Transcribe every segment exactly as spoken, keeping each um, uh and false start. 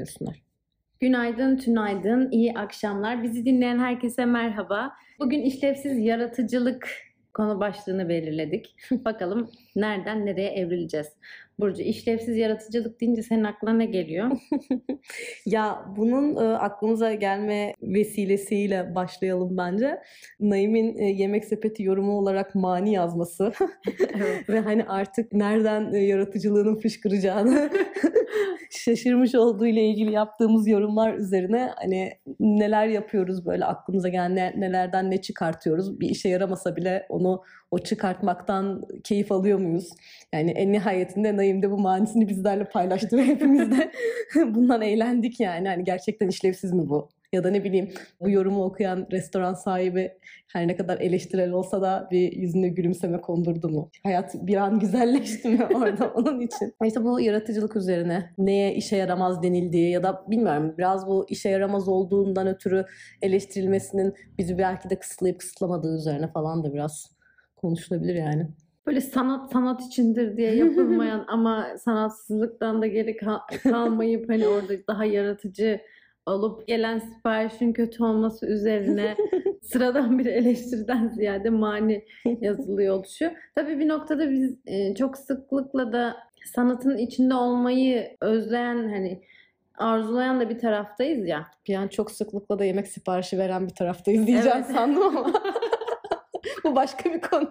buyursunlar. Günaydın, tünaydın, iyi akşamlar. Bizi dinleyen herkese merhaba. Bugün işlevsiz yaratıcılık konu başlığını belirledik. Bakalım nereden nereye evrileceğiz. Burcu, işlevsiz yaratıcılık deyince senin aklına ne geliyor? Ya bunun e, aklımıza gelme vesilesiyle başlayalım bence. Naim'in e, Yemek Sepeti yorumu olarak mani yazması Evet. ve hani artık nereden e, yaratıcılığının fışkıracağını şaşırmış olduğu ile ilgili yaptığımız yorumlar üzerine hani neler yapıyoruz, böyle aklımıza gelen ne- nelerden ne çıkartıyoruz, bir işe yaramasa bile onu o çıkartmaktan keyif alıyor muyuz? Yani en nihayetinde Naim de bu manisini bizlerle paylaştı ve hepimiz de bundan eğlendik yani. Hani gerçekten işlevsiz mi bu? Ya da ne bileyim, bu yorumu okuyan restoran sahibi her ne kadar eleştirel olsa da bir yüzüne gülümseme kondurdu mu? Hayat bir an güzelleşti mi orada onun için? İşte bu yaratıcılık üzerine neye işe yaramaz denildiği ya da bilmiyorum, biraz bu işe yaramaz olduğundan ötürü eleştirilmesinin bizi belki de kısıtlayıp kısıtlamadığı üzerine falan da biraz konuşulabilir yani. Böyle sanat sanat içindir diye yapılmayan ama sanatsızlıktan da geri kal- kalmayıp hani orada daha yaratıcı olup gelen siparişin kötü olması üzerine sıradan bir eleştiriden ziyade mani yazılıyor oluşu. Tabii bir noktada biz e, çok sıklıkla da sanatın içinde olmayı özleyen, hani arzulayan da bir taraftayız ya. Bir an çok sıklıkla da yemek siparişi veren bir taraftayız diyeceğim Evet. sandım ama bu başka bir konu.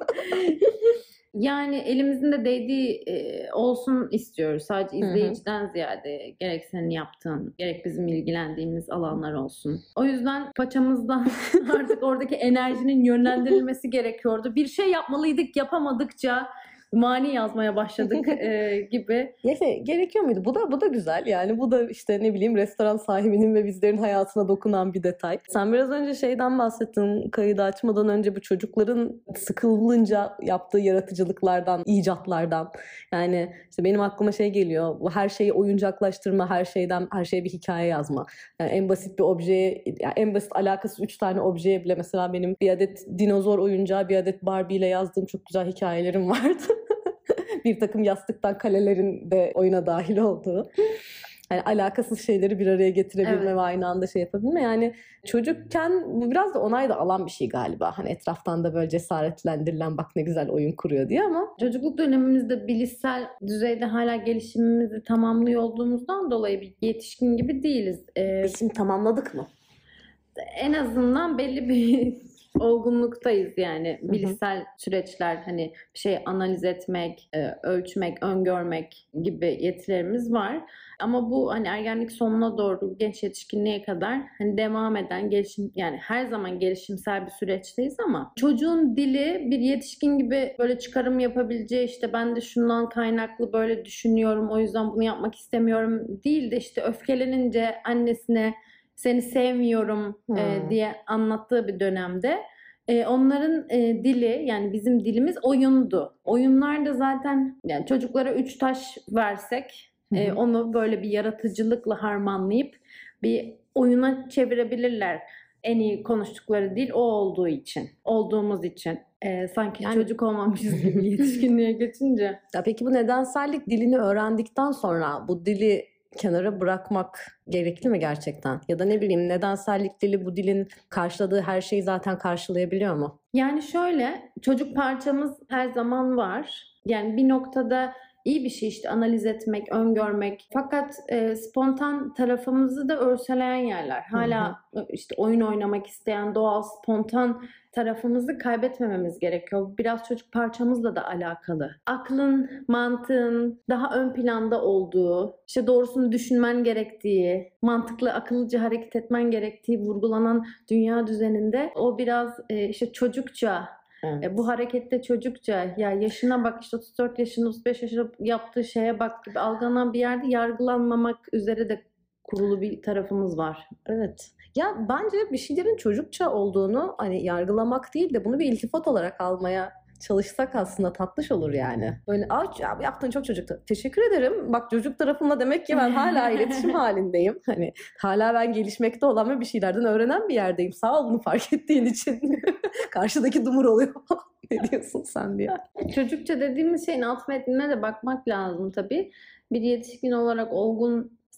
Yani elimizin de değdiği e, olsun istiyoruz. Sadece Hı hı. izleyiciden ziyade gerek senin yaptığın, gerek bizim ilgilendiğimiz alanlar olsun. O yüzden paçamızdan artık oradaki enerjinin yönlendirilmesi gerekiyordu. Bir şey yapmalıydık, yapamadıkça mani yazmaya başladık e, gibi. Neyse, gerekiyor muydu? Bu da bu da güzel. Yani bu da işte ne bileyim, restoran sahibinin ve bizlerin hayatına dokunan bir detay. Sen biraz önce şeyden bahsettin, kaydı açmadan önce, bu çocukların sıkılınca yaptığı yaratıcılıklardan, icatlardan. Yani işte benim aklıma şey geliyor. Bu her şeyi oyuncaklaştırma, her şeyden her şeye bir hikaye yazma. Yani en basit bir objeye, yani en basit alakasız üç tane objeye bile, mesela benim bir adet dinozor oyuncağı, bir adet Barbie ile yazdığım çok güzel hikayelerim vardı. Bir takım yastıktan kalelerin de oyuna dahil olduğu. Yani alakasız şeyleri bir araya getirebilme Evet. ve aynı anda şey yapabilme. Yani çocukken bu biraz da onay da alan bir şey galiba. Hani etraftan da böyle cesaretlendirilen, bak ne güzel oyun kuruyor diye, ama Çocukluk dönemimizde bilişsel düzeyde hala gelişimimizi tamamlıyor olduğumuzdan dolayı bir yetişkin gibi değiliz. Ee, biz şimdi tamamladık mı? en azından belli bir olgunluktayız yani. Hı hı. Bilişsel süreçler, hani bir şey analiz etmek, e, ölçmek, öngörmek gibi yetilerimiz var. Ama bu hani ergenlik sonuna doğru genç yetişkinliğe kadar hani devam eden gelişim, yani her zaman gelişimsel bir süreçteyiz ama çocuğun dili bir yetişkin gibi böyle çıkarım yapabileceği, işte ben de şundan kaynaklı böyle düşünüyorum, o yüzden bunu yapmak istemiyorum değil de işte öfkelenince annesine seni sevmiyorum Hmm. e, diye anlattığı bir dönemde e, onların e, dili, yani bizim dilimiz oyundu. Oyunlar da zaten, yani çocuklara üç taş versek e, Hı hı. onu böyle bir yaratıcılıkla harmanlayıp bir oyuna çevirebilirler. En iyi konuştukları dil o olduğu için, olduğumuz için. E, sanki Yani- çocuk olmamışız gibi yetişkinliğe geçince. Ya peki bu nedensellik dilini öğrendikten sonra bu dili kenara bırakmak gerekli mi gerçekten? Ya da ne bileyim, nedensellik dili bu dilin karşıladığı her şeyi zaten karşılayabiliyor mu? Yani şöyle, çocuk parçamız her zaman var. Yani bir noktada iyi bir şey işte analiz etmek, öngörmek. Fakat e, spontan tarafımızı da örseleyen yerler. Hala işte oyun oynamak isteyen, doğal, spontan tarafımızı kaybetmememiz gerekiyor. Biraz çocuk parçamızla da alakalı. Aklın, mantığın daha ön planda olduğu, işte doğrusunu düşünmen gerektiği, mantıklı, akıllıca hareket etmen gerektiği vurgulanan dünya düzeninde o biraz e, işte çocukça, Evet. e, bu harekette çocukça, ya yaşına bak, işte otuz dört yaşında, otuz beş yaşında yaptığı şeye bak gibi algılanan bir yerde yargılanmamak üzere de kurulu bir tarafımız var. Evet. Ya bence bir şeylerin çocukça olduğunu hani yargılamak değil de bunu bir iltifat olarak almaya çalışsak aslında tatlış olur yani. Böyle aa ya yaptığın çok çocuktu. Teşekkür ederim. Bak, çocuk tarafımda demek ki ben hala iletişim halindeyim. Hani hala ben gelişmekte olan ve bir şeylerden öğrenen bir yerdeyim. Sağ ol bunu fark ettiğin için. Karşıdaki dumur oluyor. Ne diyorsun sen diye. Çocukça dediğimiz şeyin alt metnine de bakmak lazım tabii. Bir yetişkin olarak olgun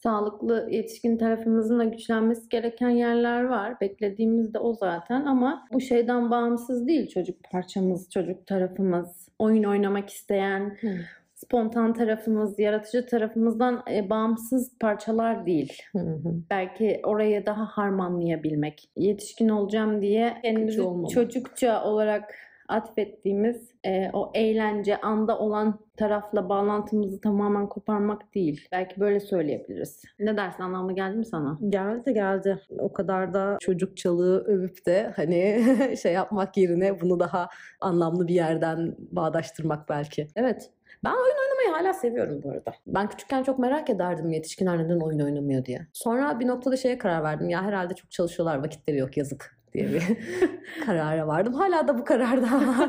Sağlıklı yetişkin tarafımızın da güçlenmesi gereken yerler var. Beklediğimiz de o zaten ama bu şeyden bağımsız değil çocuk parçamız, çocuk tarafımız, oyun oynamak isteyen, Hı. spontan tarafımız, yaratıcı tarafımızdan e, bağımsız parçalar değil. Hı hı. Belki oraya daha harmanlayabilmek. Yetişkin olacağım diye kendimizi olmamalı. çocukça olarak atfettiğimiz e, o eğlence, anda olan tarafla bağlantımızı tamamen koparmak değil. Belki böyle söyleyebiliriz. Ne dersin, anlamlı geldi mi sana? Geldi geldi. O kadar da çocukçalığı övüp de hani şey yapmak yerine bunu daha anlamlı bir yerden bağdaştırmak belki. Evet. Ben oyun oynamayı hala seviyorum bu arada. Ben küçükken çok merak ederdim yetişkinler neden oyun oynamıyor diye. Sonra bir noktada şeye karar verdim. Ya herhalde çok çalışıyorlar, vakitleri yok, yazık diye bir karara vardım. Hala da bu kararda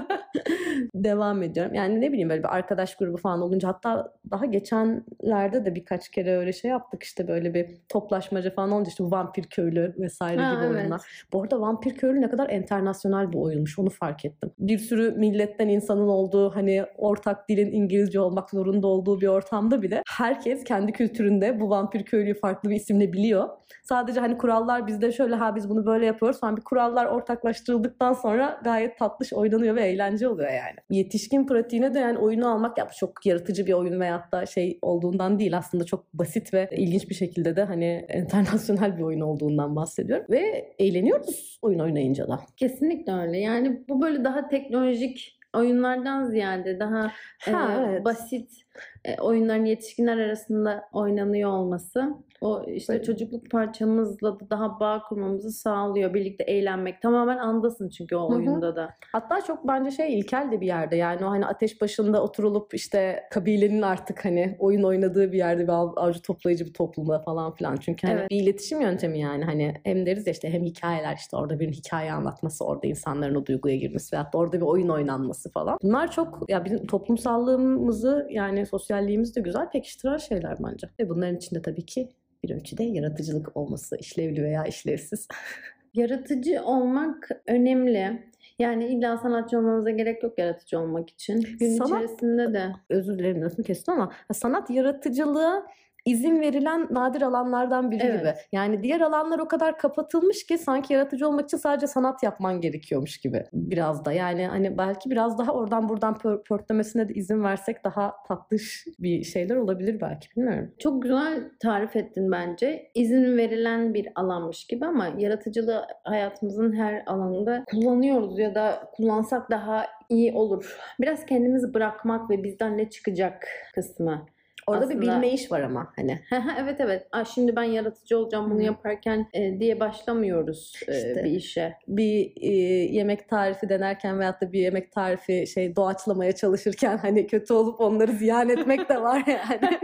devam ediyorum. Yani ne bileyim böyle bir arkadaş grubu falan olunca, hatta daha geçenlerde de birkaç kere öyle şey yaptık, işte böyle bir toplaşmaca falan olunca, işte bu Vampir Köylü vesaire Ha, gibi evet. oyunlar. Bu arada Vampir Köylü ne kadar internasyonel bir oyunmuş, onu fark ettim. Bir sürü milletten insanın olduğu, hani ortak dilin İngilizce olmak zorunda olduğu bir ortamda bile herkes kendi kültüründe bu Vampir Köylü'yü farklı bir isimle biliyor. Sadece hani kurallar bizde şöyle, ha biz bunu böyle yapıyoruz falan, bir kurallar ortaklaştırıldıktan sonra gayet tatlış oynanıyor ve eğlence oluyor yani. Yetişkin pratiğine de yani oyunu almak, ya çok yaratıcı bir oyun veyahut da şey olduğundan değil, aslında çok basit ve ilginç bir şekilde de hani internasyonel bir oyun olduğundan bahsediyorum ve eğleniyoruz oyun oynayınca da. Kesinlikle öyle. Yani bu böyle daha teknolojik oyunlardan ziyade daha Ha, e, evet. basit e, oyunların yetişkinler arasında oynanıyor olması o işte Böyle. çocukluk parçamızla da daha bağ kurmamızı sağlıyor. Birlikte eğlenmek. Tamamen andasın çünkü o Hı hı. oyunda da. Hatta çok bence şey, ilkel de bir yerde, yani o hani ateş başında oturulup işte kabilenin artık hani oyun oynadığı bir yerde, bir av- avcı toplayıcı bir toplumda falan filan. Çünkü hani Evet. bir iletişim yöntemi yani, hani hem deriz ya işte, hem hikayeler, işte orada bir hikaye anlatması, orada insanların o duyguya girmesi veyahut da orada bir oyun oynanması falan. Bunlar çok ya bizim toplumsallığımızı, yani sosyalliğimizi de güzel pekiştiren şeyler bence. Ve bunların içinde tabii ki bir ölçüde yaratıcılık olması, işlevli veya işlevsiz. Yaratıcı olmak önemli. Yani illa sanatçı olmamıza gerek yok yaratıcı olmak için. Gün Sanat- içerisinde de. Özür dilerim, lafını kestim ama sanat yaratıcılığa izin verilen nadir alanlardan biri Evet. gibi. Yani diğer alanlar o kadar kapatılmış ki sanki yaratıcı olmak için sadece sanat yapman gerekiyormuş gibi biraz da. Yani hani belki biraz daha oradan buradan pör- pörtlemesine de izin versek daha tatlış bir şeyler olabilir belki, bilmiyorum. Çok güzel tarif ettin bence. İzin verilen bir alanmış gibi ama yaratıcılığı hayatımızın her alanında kullanıyoruz ya da kullansak daha iyi olur. Biraz kendimizi bırakmak ve bizden ne çıkacak kısmı. Orada Aslında- bir bilme iş var ama hani. Evet evet. Aa, şimdi ben yaratıcı olacağım bunu Hı. yaparken e, diye başlamıyoruz e, İşte. bir işe. Bir e, yemek tarifi denerken veyahut da bir yemek tarifi şey doğaçlamaya çalışırken hani kötü olup onları ziyan etmek de var yani.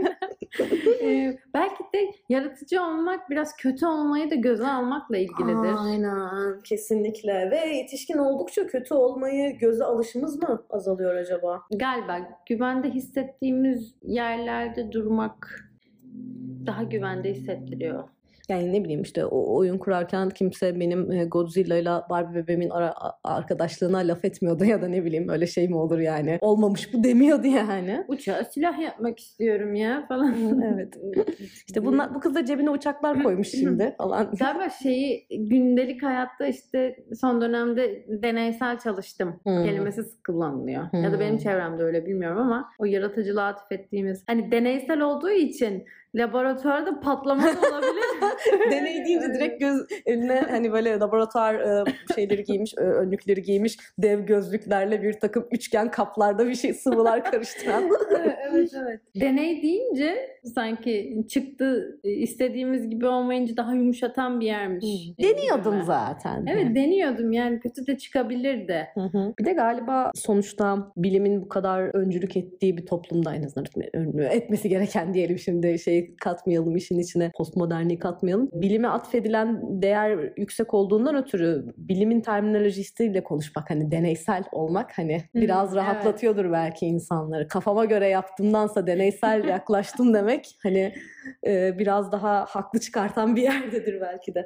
Ee, belki de yaratıcı olmak biraz kötü olmayı da göze almakla ilgilidir. Aynen, kesinlikle. Ve yetişkin oldukça kötü olmayı göze alışımız mı azalıyor acaba? Galiba güvende hissettiğimiz yerlerde durmak daha güvende hissettiriyor. Yani ne bileyim, işte o oyun kurarken kimse benim e, Godzilla ile Barbie bebeğimin ara- a- arkadaşlığına laf etmiyordu ya da ne bileyim öyle şey mi olur yani. Olmamış bu demiyordu yani. Uçağa silah yapmak istiyorum ya falan. Evet. İşte bunlar, bu kız da cebine uçaklar koymuş şimdi falan. Galiba şeyi gündelik hayatta işte son dönemde deneysel çalıştım Hmm. kelimesi sık kullanılıyor. Hmm. Ya da benim çevremde öyle, bilmiyorum ama o yaratıcılığa atfettiğimiz hani deneysel olduğu için laboratuvarda patlama da olabilir. Deney deyince direkt göz eline hani böyle laboratuvar e, şeyleri giymiş, e, önlükleri giymiş, dev gözlüklerle bir takım üçgen kaplarda bir şey sıvılar karıştıran. evet, evet evet. Deney deyince sanki çıktı istediğimiz gibi olmayınca daha yumuşatan bir yermiş. Deniyordum gibi. zaten. Evet deniyordum yani kötü de çıkabilirdi. Hı hı. Bir de galiba sonuçta bilimin bu kadar öncülük ettiği bir toplumda, en azından etme- etmesi gereken diyelim, şimdi şey katmayalım işin içine, postmodernliği katmayalım. Bilime atfedilen değer yüksek olduğundan ötürü bilimin terminolojisiyle konuşmak, hani deneysel olmak hani biraz Hmm, rahatlatıyordur belki insanları. Kafama göre yaptığımdansa deneysel yaklaştım demek hani e, biraz daha haklı çıkartan bir yerdedir belki de.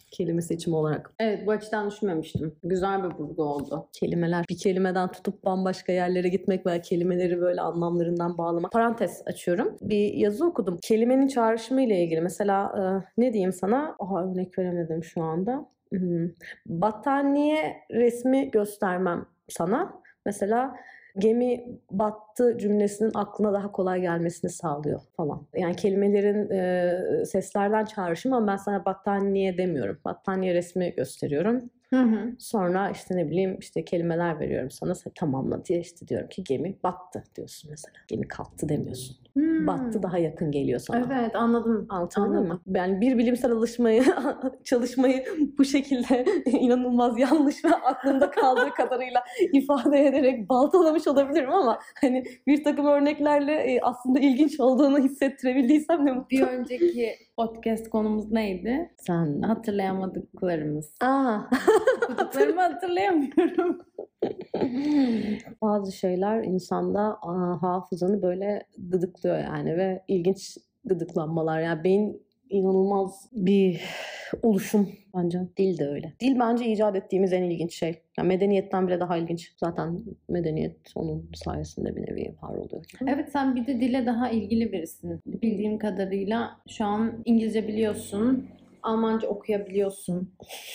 kelime seçimi olarak. Evet, bu açıdan düşünmemiştim. Güzel bir vurgu oldu. Kelimeler, bir kelimeden tutup bambaşka yerlere gitmek veya kelimeleri böyle anlamlarından bağlamak. Parantez açıyorum. Bir yazı okudum. Kelimenin çağrışımı ile ilgili. Mesela e, ne diyeyim sana? Aha, örnek veremedim şu anda. Hmm. Battaniye resmi göstermem sana. Mesela gemi battı cümlesinin aklına daha kolay gelmesini sağlıyor falan. Yani kelimelerin e, seslerden çağrışımı, ama ben sana battaniye demiyorum. Battaniye resmi gösteriyorum. Hı hı. Sonra işte ne bileyim işte kelimeler veriyorum sana, sen tamamla diye, işte diyorum ki gemi battı diyorsun mesela. Gemi kalktı demiyorsun. Hmm. Battı daha yakın geliyor sana. Evet, anladım. Anlatabildim mi? Yani bir bilimsel alışmayı, çalışmayı bu şekilde inanılmaz yanlış ve aklımda kaldığı kadarıyla ifade ederek baltalamış olabilirim, ama hani bir takım örneklerle aslında ilginç olduğunu hissettirebildiysem ne mutlu. Bir önceki podcast konumuz neydi? Sen... Hatırlayamadıklarımız. Aa. Okuduklarımı hatırlayamıyorum. Bazı şeyler insanda aa, hafızanı böyle gıdıklıyor yani, ve ilginç gıdıklanmalar. Yani beyin inanılmaz bir oluşum bence. Dil de öyle. Dil bence icat ettiğimiz en ilginç şey. Yani medeniyetten bile daha ilginç. Zaten medeniyet onun sayesinde bir nevi var oluyor. Evet, sen bir de dile daha ilgili birisin. Bildiğim kadarıyla şu an İngilizce biliyorsun, Almanca okuyabiliyorsun.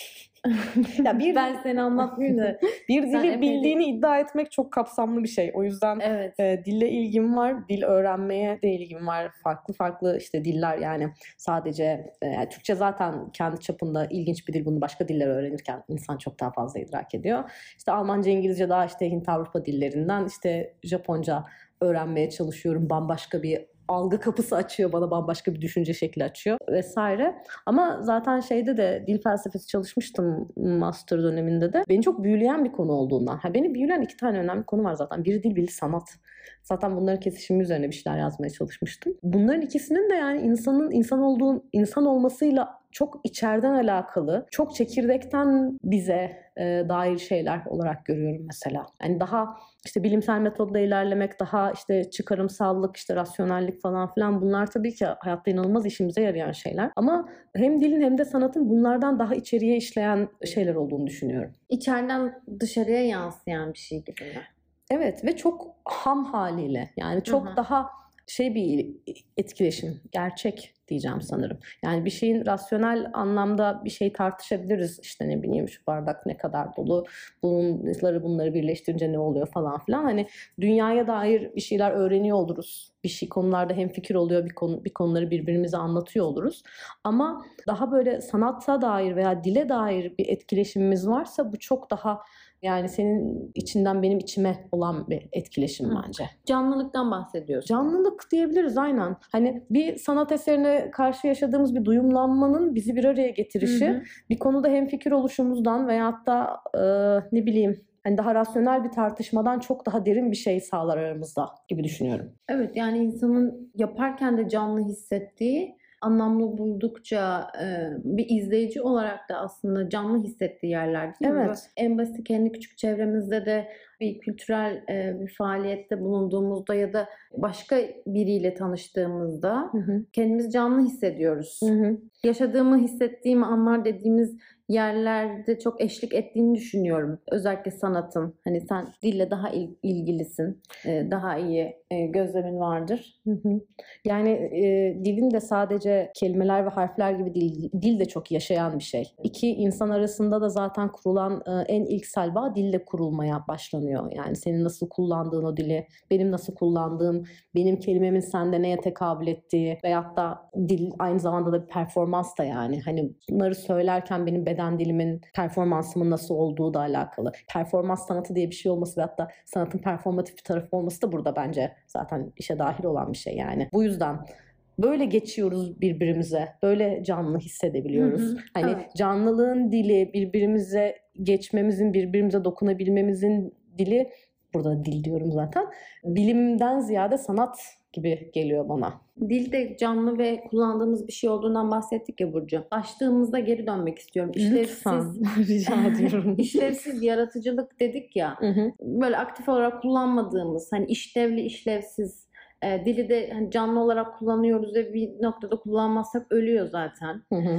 Ya bir ben seni anlatmayayım da bir Sen dili epey- bildiğini iddia etmek çok kapsamlı bir şey. O yüzden evet. e, dille ilgim var, dil öğrenmeye de ilgim var. Farklı farklı işte diller, yani sadece e, yani Türkçe zaten kendi çapında ilginç bir dil. Bunu başka diller öğrenirken insan çok daha fazla idrak ediyor. İşte Almanca, İngilizce, daha işte Hint Avrupa dillerinden, işte Japonca öğrenmeye çalışıyorum. Bambaşka bir algı kapısı açıyor bana, bambaşka bir düşünce şekli açıyor vesaire. Ama zaten şeyde de dil felsefesi çalışmıştım master döneminde de. Beni çok büyüleyen bir konu olduğundan. Ha, beni büyüleyen iki tane önemli konu var zaten. Biri dil, biri sanat. Zaten bunların kesişimi üzerine bir şeyler yazmaya çalışmıştım. Bunların ikisinin de yani insanın insan olduğu, insan olmasıyla çok içeriden alakalı, çok çekirdekten bize e, dair şeyler olarak görüyorum mesela. Yani daha işte bilimsel metodla ilerlemek, daha işte çıkarımsallık, işte rasyonellik falan filan, bunlar tabii ki hayatta inanılmaz işimize yarayan şeyler. Ama hem dilin hem de sanatın bunlardan daha içeriye işleyen şeyler olduğunu düşünüyorum. İçeriden dışarıya yansıyan bir şey gibi mi? Evet, ve çok ham haliyle, yani çok Hı hı. daha şey bir etkileşim, gerçek diyeceğim sanırım. Yani bir şeyin rasyonel anlamda bir şey tartışabiliriz. İşte ne bileyim, şu bardak ne kadar dolu, bunları bunları birleştirince ne oluyor falan filan. Hani dünyaya dair bir şeyler öğreniyor oluruz. Bir şey konularda hemfikir oluyor, bir konu bir konuları birbirimize anlatıyor oluruz. Ama daha böyle sanata dair veya dile dair bir etkileşimimiz varsa, bu çok daha, yani senin içinden benim içime olan bir etkileşim Hı. bence. Canlılıktan bahsediyorsun. Canlılık diyebiliriz aynen. Hani bir sanat eserine karşı yaşadığımız bir duyumlanmanın bizi bir araya getirişi, Hı hı. bir konuda hemfikir oluşumuzdan veyahut da e, ne bileyim hani daha rasyonel bir tartışmadan çok daha derin bir şey sağlar aramızda gibi düşünüyorum. Evet, yani insanın yaparken de canlı hissettiği, anlamlı buldukça e, bir izleyici olarak da aslında canlı hissettiği yerler değil mi? Evet. Böyle en basit kendi küçük çevremizde de bir kültürel e, bir faaliyette bulunduğumuzda ya da başka biriyle tanıştığımızda Hı hı. kendimizi canlı hissediyoruz. Hı hı. Yaşadığımı hissettiğim anlar dediğimiz yerlerde çok eşlik ettiğini düşünüyorum. Özellikle sanatın. Hani sen dille daha il- ilgilisin. E, daha iyi e, gözlemin vardır. Hı hı. Yani e, dilin de sadece kelimeler ve harfler gibi değil, dil de çok yaşayan bir şey. İki insan arasında da zaten kurulan e, en ilksel bağ dille kurulmaya başlanıyor. Yani senin nasıl kullandığın o dili, benim nasıl kullandığım, benim kelimemin sende neye tekabül ettiği veyahut da dil aynı zamanda da bir performans da yani. Hani bunları söylerken benim beden dilimin, performansımın nasıl olduğu da alakalı. Performans sanatı diye bir şey olması ve hatta sanatın performatif bir tarafı olması da burada bence zaten işe dahil olan bir şey yani. Bu yüzden böyle geçiyoruz birbirimize, böyle canlı hissedebiliyoruz. Hı hı, Hani evet. canlılığın dili, birbirimize geçmemizin, birbirimize dokunabilmemizin dili, burada dil diyorum zaten, bilimden ziyade sanat gibi geliyor bana. Dil de canlı ve kullandığımız bir şey olduğundan bahsettik ya Burcu. Açtığımızda geri dönmek istiyorum. İşlevsiz, Lütfen, rica ediyorum. işlevsiz yaratıcılık dedik ya. Hı hı. Böyle aktif olarak kullanmadığımız, hani işlevli, işlevsiz, e, dili de hani canlı olarak kullanıyoruz ve bir noktada kullanmazsak ölüyor zaten. Hı hı.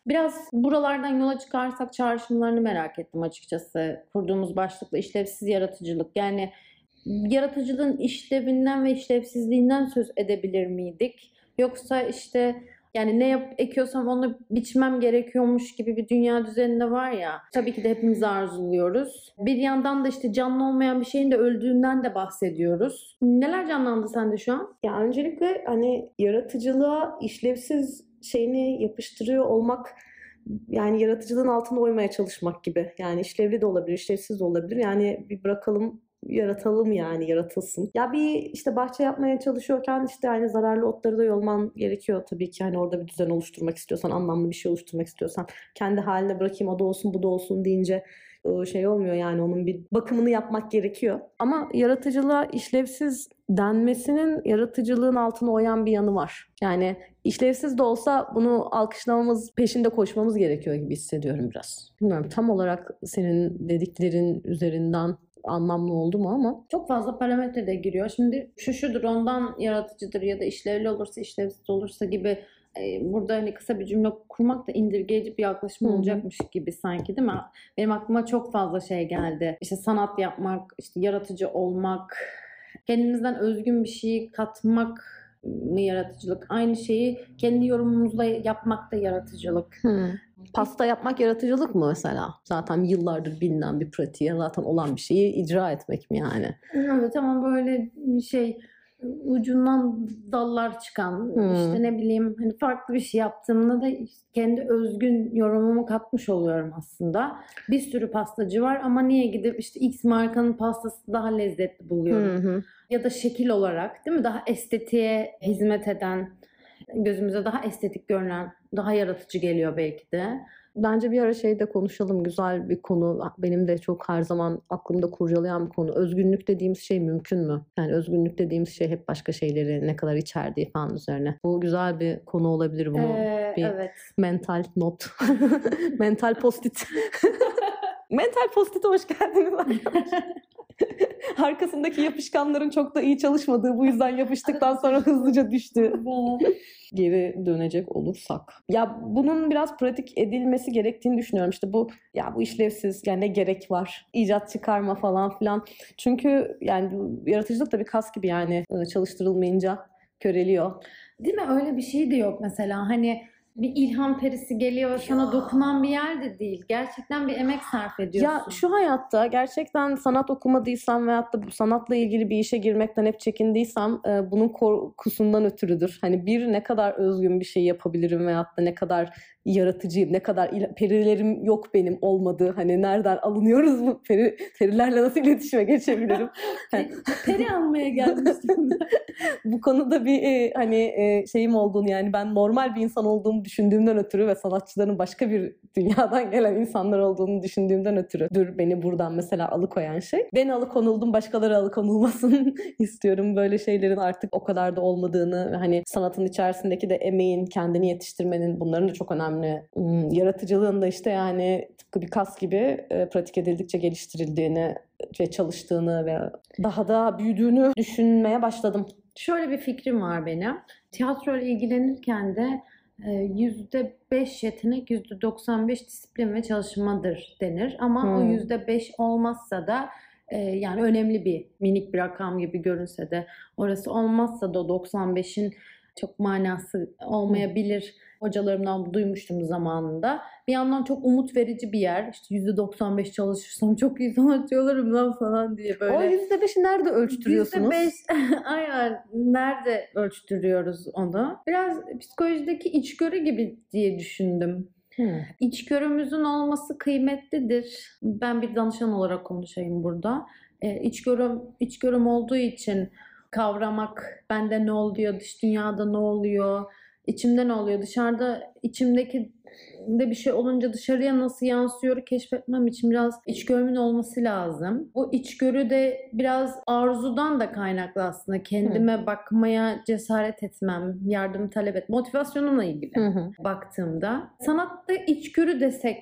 Biraz buralardan yola çıkarsak çağrışımlarını merak ettim açıkçası. Kurduğumuz başlıkla işlevsiz yaratıcılık. Yani yaratıcılığın işlevinden ve işlevsizliğinden söz edebilir miydik? Yoksa işte yani ne yap ekiyorsam onu biçmem gerekiyormuş gibi bir dünya düzeninde var ya. Tabii ki de hepimiz arzuluyoruz. Bir yandan da işte canlı olmayan bir şeyin de öldüğünden de bahsediyoruz. Neler canlandı sende şu an? Ya öncelikle hani yaratıcılığa işlevsiz şeyini yapıştırıyor olmak, yani yaratıcılığın altına oymaya çalışmak gibi. Yani işlevli de olabilir, işlevsiz de olabilir. Yani bir bırakalım, yaratalım, yani yaratılsın. Ya bir işte bahçe yapmaya çalışıyorken işte yani zararlı otları da yolman gerekiyor tabii ki. Yani orada bir düzen oluşturmak istiyorsan, anlamlı bir şey oluşturmak istiyorsan, kendi haline bırakayım, o da olsun bu da olsun deyince şey olmuyor, yani onun bir bakımını yapmak gerekiyor. Ama yaratıcılığa işlevsiz denmesinin yaratıcılığın altına oyan bir yanı var. Yani işlevsiz de olsa bunu alkışlamamız, peşinde koşmamız gerekiyor gibi hissediyorum biraz. Bilmiyorum tam olarak senin dediklerin üzerinden anlamlı oldu mu ama. Çok fazla parametre de giriyor. Şimdi şu şudur ondan yaratıcıdır ya da işlevli olursa işlevsiz olursa gibi burada hani kısa bir cümle kurmak da indirgeyici bir yaklaşım olacakmış gibi sanki, değil mi? Benim aklıma çok fazla şey geldi. İşte sanat yapmak, işte yaratıcı olmak, kendimizden özgün bir şey katmak mı yaratıcılık? Aynı şeyi kendi yorumumuzla yapmak da yaratıcılık. Hmm. Pasta yapmak yaratıcılık mı mesela? Zaten yıllardır bilinen bir pratiğe, zaten olan bir şeyi icra etmek mi yani? Evet ama böyle bir şey ucundan dallar çıkan hmm. işte ne bileyim hani farklı bir şey yaptığımda da kendi özgün yorumumu katmış oluyorum aslında. Bir sürü pastacı var ama niye gidip işte X markanın pastası daha lezzetli buluyorum. Hmm. Ya da şekil olarak, değil mi? Daha estetiğe hizmet eden, gözümüze daha estetik görünen, daha yaratıcı geliyor belki de. Bence bir ara şeyde konuşalım, güzel bir konu. Benim de çok her zaman aklımda kurcalayan bir konu. Özgünlük dediğimiz şey mümkün mü? Yani özgünlük dediğimiz şey hep başka şeyleri ne kadar içerdiği falan üzerine. Bu güzel bir konu olabilir. Bunu ee, bir evet. mental not. Mental post-it. Mental post-it'e hoş geldiniz arkadaşlar. Arkasındaki yapışkanların çok da iyi çalışmadığı, bu yüzden yapıştıktan sonra hızlıca düştü. Geri dönecek olursak. Ya bunun biraz pratik edilmesi gerektiğini düşünüyorum. İşte bu ya bu işlevsiz, yani ne gerek var? İcat çıkarma falan filan. Çünkü yani yaratıcılık da bir kas gibi, yani çalıştırılmayınca köreliyor. Değil mi? Öyle bir şey de yok mesela. Hani bir ilham perisi geliyor ve sana dokunan bir yer de değil. Gerçekten bir emek sarf ediyorsun. Ya şu hayatta gerçekten sanat okumadıysam veyahut da sanatla ilgili bir işe girmekten hep çekindiysem bunun korkusundan ötürüdür. Hani bir, ne kadar özgün bir şey yapabilirim veyahut da ne kadar yaratıcıyım, ne kadar il- perilerim yok benim, olmadı. Hani nereden alınıyoruz bu peri, perilerle nasıl iletişime geçebilirim? Peri almaya gelmiştim. Bu konuda bir e, hani e, şeyim olduğunu, yani ben normal bir insan olduğumu düşündüğümden ötürü ve sanatçıların başka bir dünyadan gelen insanlar olduğunu düşündüğümden ötürüdür beni buradan mesela alıkoyan şey. Ben alıkonuldum, başkaları alıkonulmasın istiyorum. Böyle şeylerin artık o kadar da olmadığını ve hani sanatın içerisindeki de emeğin, kendini yetiştirmenin, bunların da çok önemli. Hmm, yaratıcılığın da işte yani tıpkı bir kas gibi e, pratik edildikçe geliştirildiğini ve çalıştığını ve daha da büyüdüğünü düşünmeye başladım. Şöyle bir fikrim var benim. Tiyatro ile ilgilenirken de yüzde beş yetenek, yüzde doksan beş disiplin ve çalışmadır denir. Ama hmm. o yüzde beş olmazsa da yani önemli bir minik bir rakam gibi görünse de orası olmazsa da doksan beşin çok manası olmayabilir. Hmm. Hocalarımdan duymuştum zamanında. Bir yandan çok umut verici bir yer. İşte yüzde doksan beş çalışırsam çok iyi sanatçı olurum lan falan diye böyle. O yüzde beşi nerede ölçtürüyorsunuz? yüzde beş aynen, nerede ölçtürüyoruz onu? Biraz psikolojideki içgörü gibi diye düşündüm. Hmm. İçgörümüzün olması kıymetlidir. Ben bir danışan olarak konuşayım burada. Ee, içgörüm, içgörüm olduğu için kavramak, bende ne oluyor, dış dünyada ne oluyor, İçimde ne oluyor? Dışarıda, içimdeki de bir şey olunca dışarıya nasıl yansıyor keşfetmem için biraz içgörümün olması lazım. Bu içgörü de biraz arzudan da kaynaklı aslında. Kendime hı. bakmaya cesaret etmem, yardım talep et, motivasyonumla ilgili hı hı. baktığımda. Sanatta içgörü desek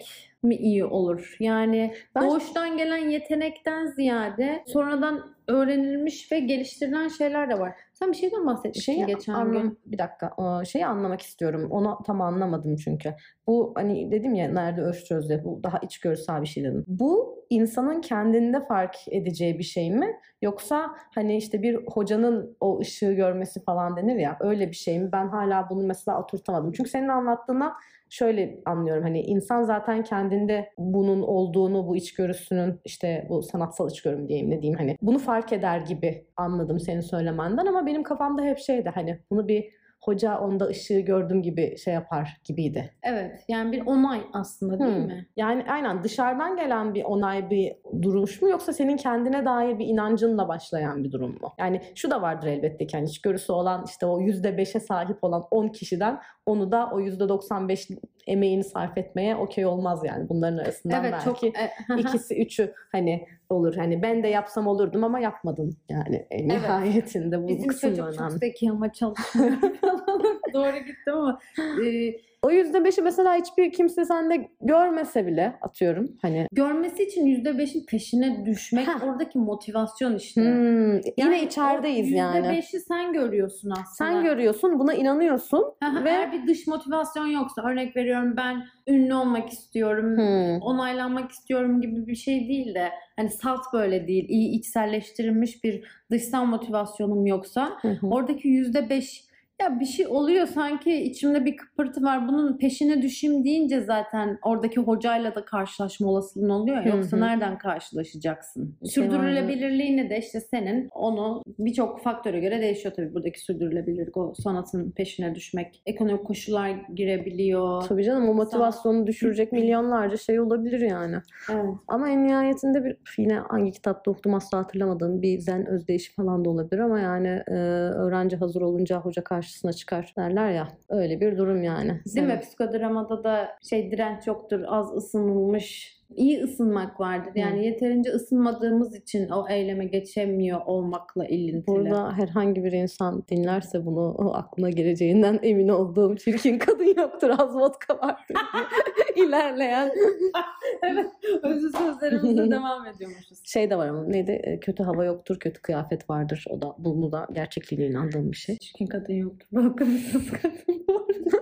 mi iyi olur? Yani Ben- doğuştan gelen yetenekten ziyade sonradan öğrenilmiş ve geliştirilen şeyler de var. Sen bir şeyden bahsetmiştin Şeyi geçen anlam- gün. bir dakika o şeyi anlamak istiyorum. Onu tam anlamadım çünkü. Bu hani dedim ya nerede ölçüyoruz diye, bu daha içgörüsel bir şey dedim. Bu insanın kendinde fark edeceği bir şey mi? Yoksa hani işte bir hocanın o ışığı görmesi falan denir ya, öyle bir şey mi? Ben hala bunu mesela oturtamadım. Çünkü senin anlattığından şöyle anlıyorum, hani insan zaten kendinde bunun olduğunu, bu içgörüsünün, işte bu sanatsal içgörü diyeyim, ne diyeyim, hani bunu fark eder gibi anladım senin söylemenden, ama benim kafamda hep şeydi, hani bunu bir hoca onda ışığı gördüm gibi şey yapar gibiydi. Evet, yani bir onay aslında değil Hmm. mi? Yani aynen dışarıdan gelen bir onay, bir duruş mu, yoksa senin kendine dair bir inancınla başlayan bir durum mu? Yani şu da vardır elbette ki, hani içgörüsü olan, işte o yüzde beşe sahip olan on kişiden onu da o yüzde doksan beş emeğini sarf etmeye okey olmaz yani. Bunların arasından Evet, belki çok e, ikisi üçü hani olur. Hani ben de yapsam olurdum ama yapmadın yani en Evet. nihayetinde bu Bizim kısım çocuk çok önemli. zeki ama çalışmıyor falan. Doğru gitti ama e, O yüzde beşi mesela hiçbir kimse sende görmese bile, atıyorum hani. görmesi için yüzde beşin peşine düşmek Heh. oradaki motivasyon işte. Hmm, yine Yani içerideyiz o yani. yüzde beşi sen görüyorsun aslında. Sen görüyorsun, buna inanıyorsun ve Eğer bir dış motivasyon yoksa, örnek veriyorum, ben ünlü olmak istiyorum, Hmm. onaylanmak istiyorum gibi bir şey değil de, hani salt böyle değil, iyi içselleştirilmiş bir dışsal motivasyonum yoksa, Hı hı. oradaki yüzde beş, ya bir şey oluyor sanki, içimde bir kıpırtı var, bunun peşine düşeyim deyince zaten oradaki hocayla da karşılaşma olasılığın oluyor ya. Hı Yoksa hı. nereden karşılaşacaksın? Şey vardı. Sürdürülebilirliğini de işte senin, onu birçok faktöre göre değişiyor tabii buradaki sürdürülebilirlik. O sanatın peşine düşmek, ekonomik koşullar girebiliyor. Tabii canım, o motivasyonu düşürecek milyonlarca şey olabilir yani. Evet. Ama en nihayetinde bir, yine hangi kitapta okudum asla hatırlamadığım bir zen özdeyişi falan da olabilir, ama yani e, öğrenci hazır olunca hoca karşısına çıkar derler ya, öyle bir durum yani. Değil Senin- mi? Psikodramada da şey, direnç yoktur, az ısınılmış. İyi ısınmak vardır. Yani Hı. yeterince ısınmadığımız için o eyleme geçemiyor olmakla ilintili. Burada herhangi bir insan dinlerse bunu, o aklına geleceğinden emin olduğum çirkin kadın yoktur, az vodka vardır diye ilerleyen Evet, özlü sözlerimizle devam ediyormuşuz. şey de var, ama neydi? E, Kötü hava yoktur, kötü kıyafet vardır. O da, bunu da gerçekliğine inandığım bir şey. Çirkin kadın yoktur. Bakımsız kadın vardır.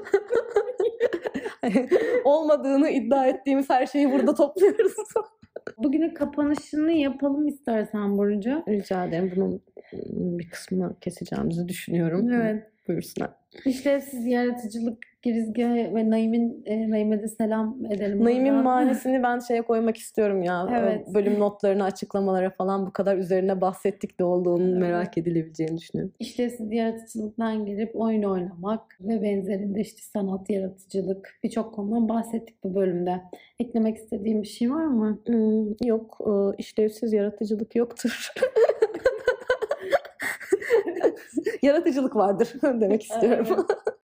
Olmadığını iddia ettiğimiz her şeyi burada topluyoruz. Bugünün kapanışını yapalım istersen Burcu. Rica ederim. Bunun bir kısmını keseceğimizi düşünüyorum. Evet. Buyursunlar. İşlevsiz yaratıcılık girizgahı ve Naim'in e, Naim'e de selam edelim. Naim'in buradan. manesini ben şeye koymak istiyorum ya. Evet. O bölüm notlarını, açıklamalara falan bu kadar üzerine bahsettik de olduğunu Evet. merak edilebileceğini düşünüyorum. İşlevsiz yaratıcılıktan girip oyun oynamak ve benzerinde, işte sanat, yaratıcılık, birçok konudan bahsettik bu bölümde. Eklemek istediğim bir şey var mı? Hmm, yok. e, işlevsiz yaratıcılık yoktur. Yaratıcılık vardır demek istiyorum. Evet.